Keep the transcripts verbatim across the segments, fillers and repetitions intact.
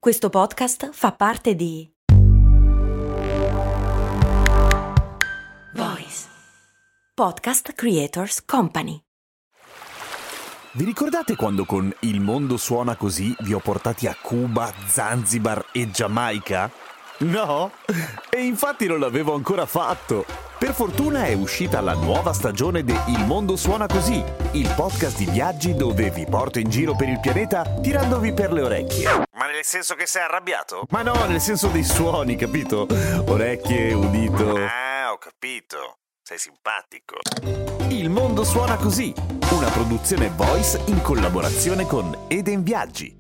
Questo podcast fa parte di Voice Podcast Creators Company. Vi ricordate quando con Il mondo suona così vi ho portati a Cuba, Zanzibar e Giamaica? No? E infatti non l'avevo ancora fatto. Per fortuna è uscita la nuova stagione di Il mondo suona così, il podcast di viaggi dove vi porto in giro per il pianeta tirandovi per le orecchie. Ma nel senso che sei arrabbiato? Ma no, nel senso dei suoni, capito? Orecchie, udito. Ah, ho capito. Sei simpatico. Il mondo suona così, una produzione Voice in collaborazione con Eden Viaggi.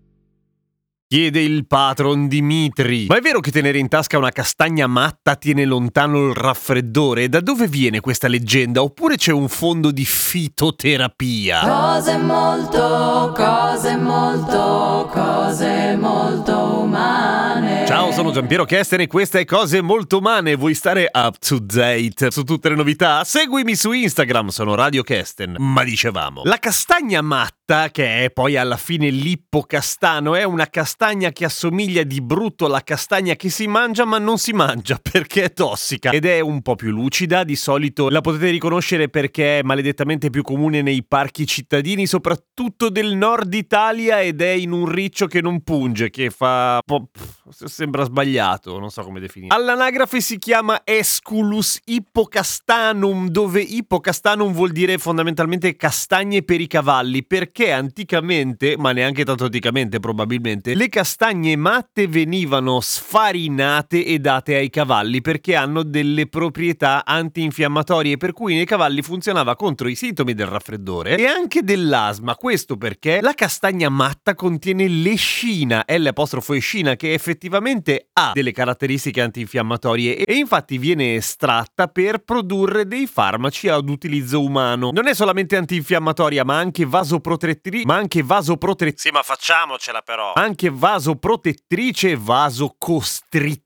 Chiede il patron Dimitri: ma è vero che tenere in tasca una castagna matta tiene lontano il raffreddore? Da dove viene questa leggenda? Oppure c'è un fondo di fitoterapia? Cose molto, cose molto, cose molto umane. Ciao, sono Giampiero Kesten e questa è Cose Molto Umane. Vuoi stare up to date su tutte le novità? Seguimi su Instagram, sono Radio Kesten. Ma dicevamo, la castagna matta, che è poi alla fine l'ippocastano, è una castagna che assomiglia di brutto alla castagna che si mangia ma non si mangia perché è tossica ed è un po' più lucida. Di solito la potete riconoscere perché è maledettamente più comune nei parchi cittadini, soprattutto del nord Italia, ed è in un riccio che non punge, che fa po'... sembra sbagliato, non so come definire. All'anagrafe si chiama Esculus hippocastanum, dove hippocastanum vuol dire fondamentalmente castagne per i cavalli, perché anticamente, ma neanche tanto anticamente probabilmente, le castagne matte venivano sfarinate e date ai cavalli perché hanno delle proprietà antinfiammatorie, per cui nei cavalli funzionava contro i sintomi del raffreddore e anche dell'asma. Questo perché la castagna matta contiene l'escina, L'-escina, che effettivamente ha delle caratteristiche antinfiammatorie e infatti viene estratta per produrre dei farmaci ad utilizzo umano. Non è solamente antinfiammatoria, ma anche vasoprotettrice, ma anche vasoprotettrice. Sì, ma facciamocela però. Anche vasoprotettrice e vasocostrittrice.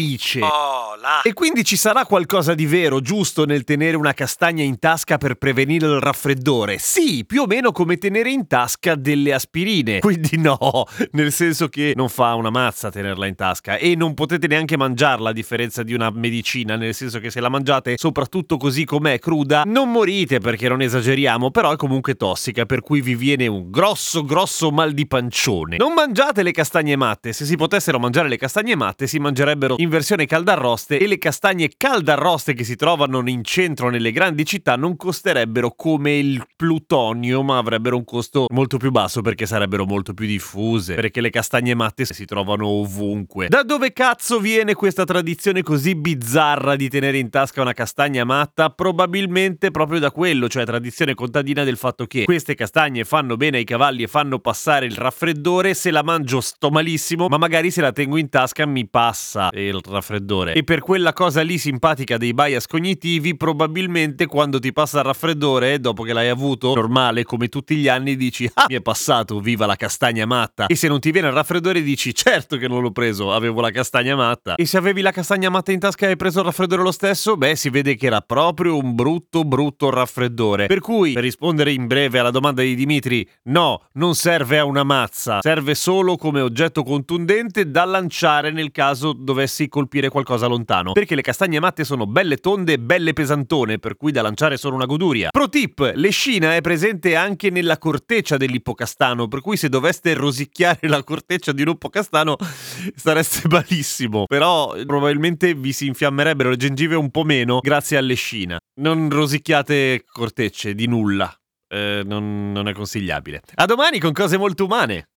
Oh, là. E quindi ci sarà qualcosa di vero, giusto, nel tenere una castagna in tasca per prevenire il raffreddore? Sì, più o meno come tenere in tasca delle aspirine. Quindi no, nel senso che non fa una mazza tenerla in tasca e non potete neanche mangiarla, a differenza di una medicina, nel senso che se la mangiate soprattutto così com'è, cruda, non morite, perché non esageriamo, però è comunque tossica, per cui vi viene un grosso grosso mal di pancione. Non mangiate le castagne matte. Se si potessero mangiare le castagne matte si mangerebbero in versione caldarroste, e le castagne caldarroste che si trovano in centro nelle grandi città non costerebbero come il plutonio, ma avrebbero un costo molto più basso perché sarebbero molto più diffuse, perché le castagne matte si trovano ovunque. Da dove cazzo viene questa tradizione così bizzarra di tenere in tasca una castagna matta? Probabilmente proprio da quello, cioè tradizione contadina, del fatto che queste castagne fanno bene ai cavalli e fanno passare il raffreddore. Se la mangio sto malissimo, ma magari se la tengo in tasca mi passa il raffreddore. E per quella cosa lì simpatica dei bias cognitivi, probabilmente quando ti passa il raffreddore, dopo che l'hai avuto normale come tutti gli anni, dici: ah, mi è passato, viva la castagna matta. E se non ti viene il raffreddore dici: certo che non l'ho preso, avevo la castagna matta. E se avevi la castagna matta in tasca e hai preso il raffreddore lo stesso, beh, si vede che era proprio un brutto brutto raffreddore. Per cui, per rispondere in breve alla domanda di Dimitri, no, non serve a una mazza, serve solo come oggetto contundente da lanciare nel caso dovessi colpire qualcosa lontano, perché le castagne matte sono belle tonde e belle pesantone, per cui da lanciare sono una goduria. Pro tip: l'escina è presente anche nella corteccia dell'ippocastano, per cui se doveste rosicchiare la corteccia di un ippocastano stareste malissimo, però probabilmente vi si infiammerebbero le gengive un po' meno grazie all'escina. Non rosicchiate cortecce di nulla, eh, non, non è consigliabile. A domani con Cose Molto Umane.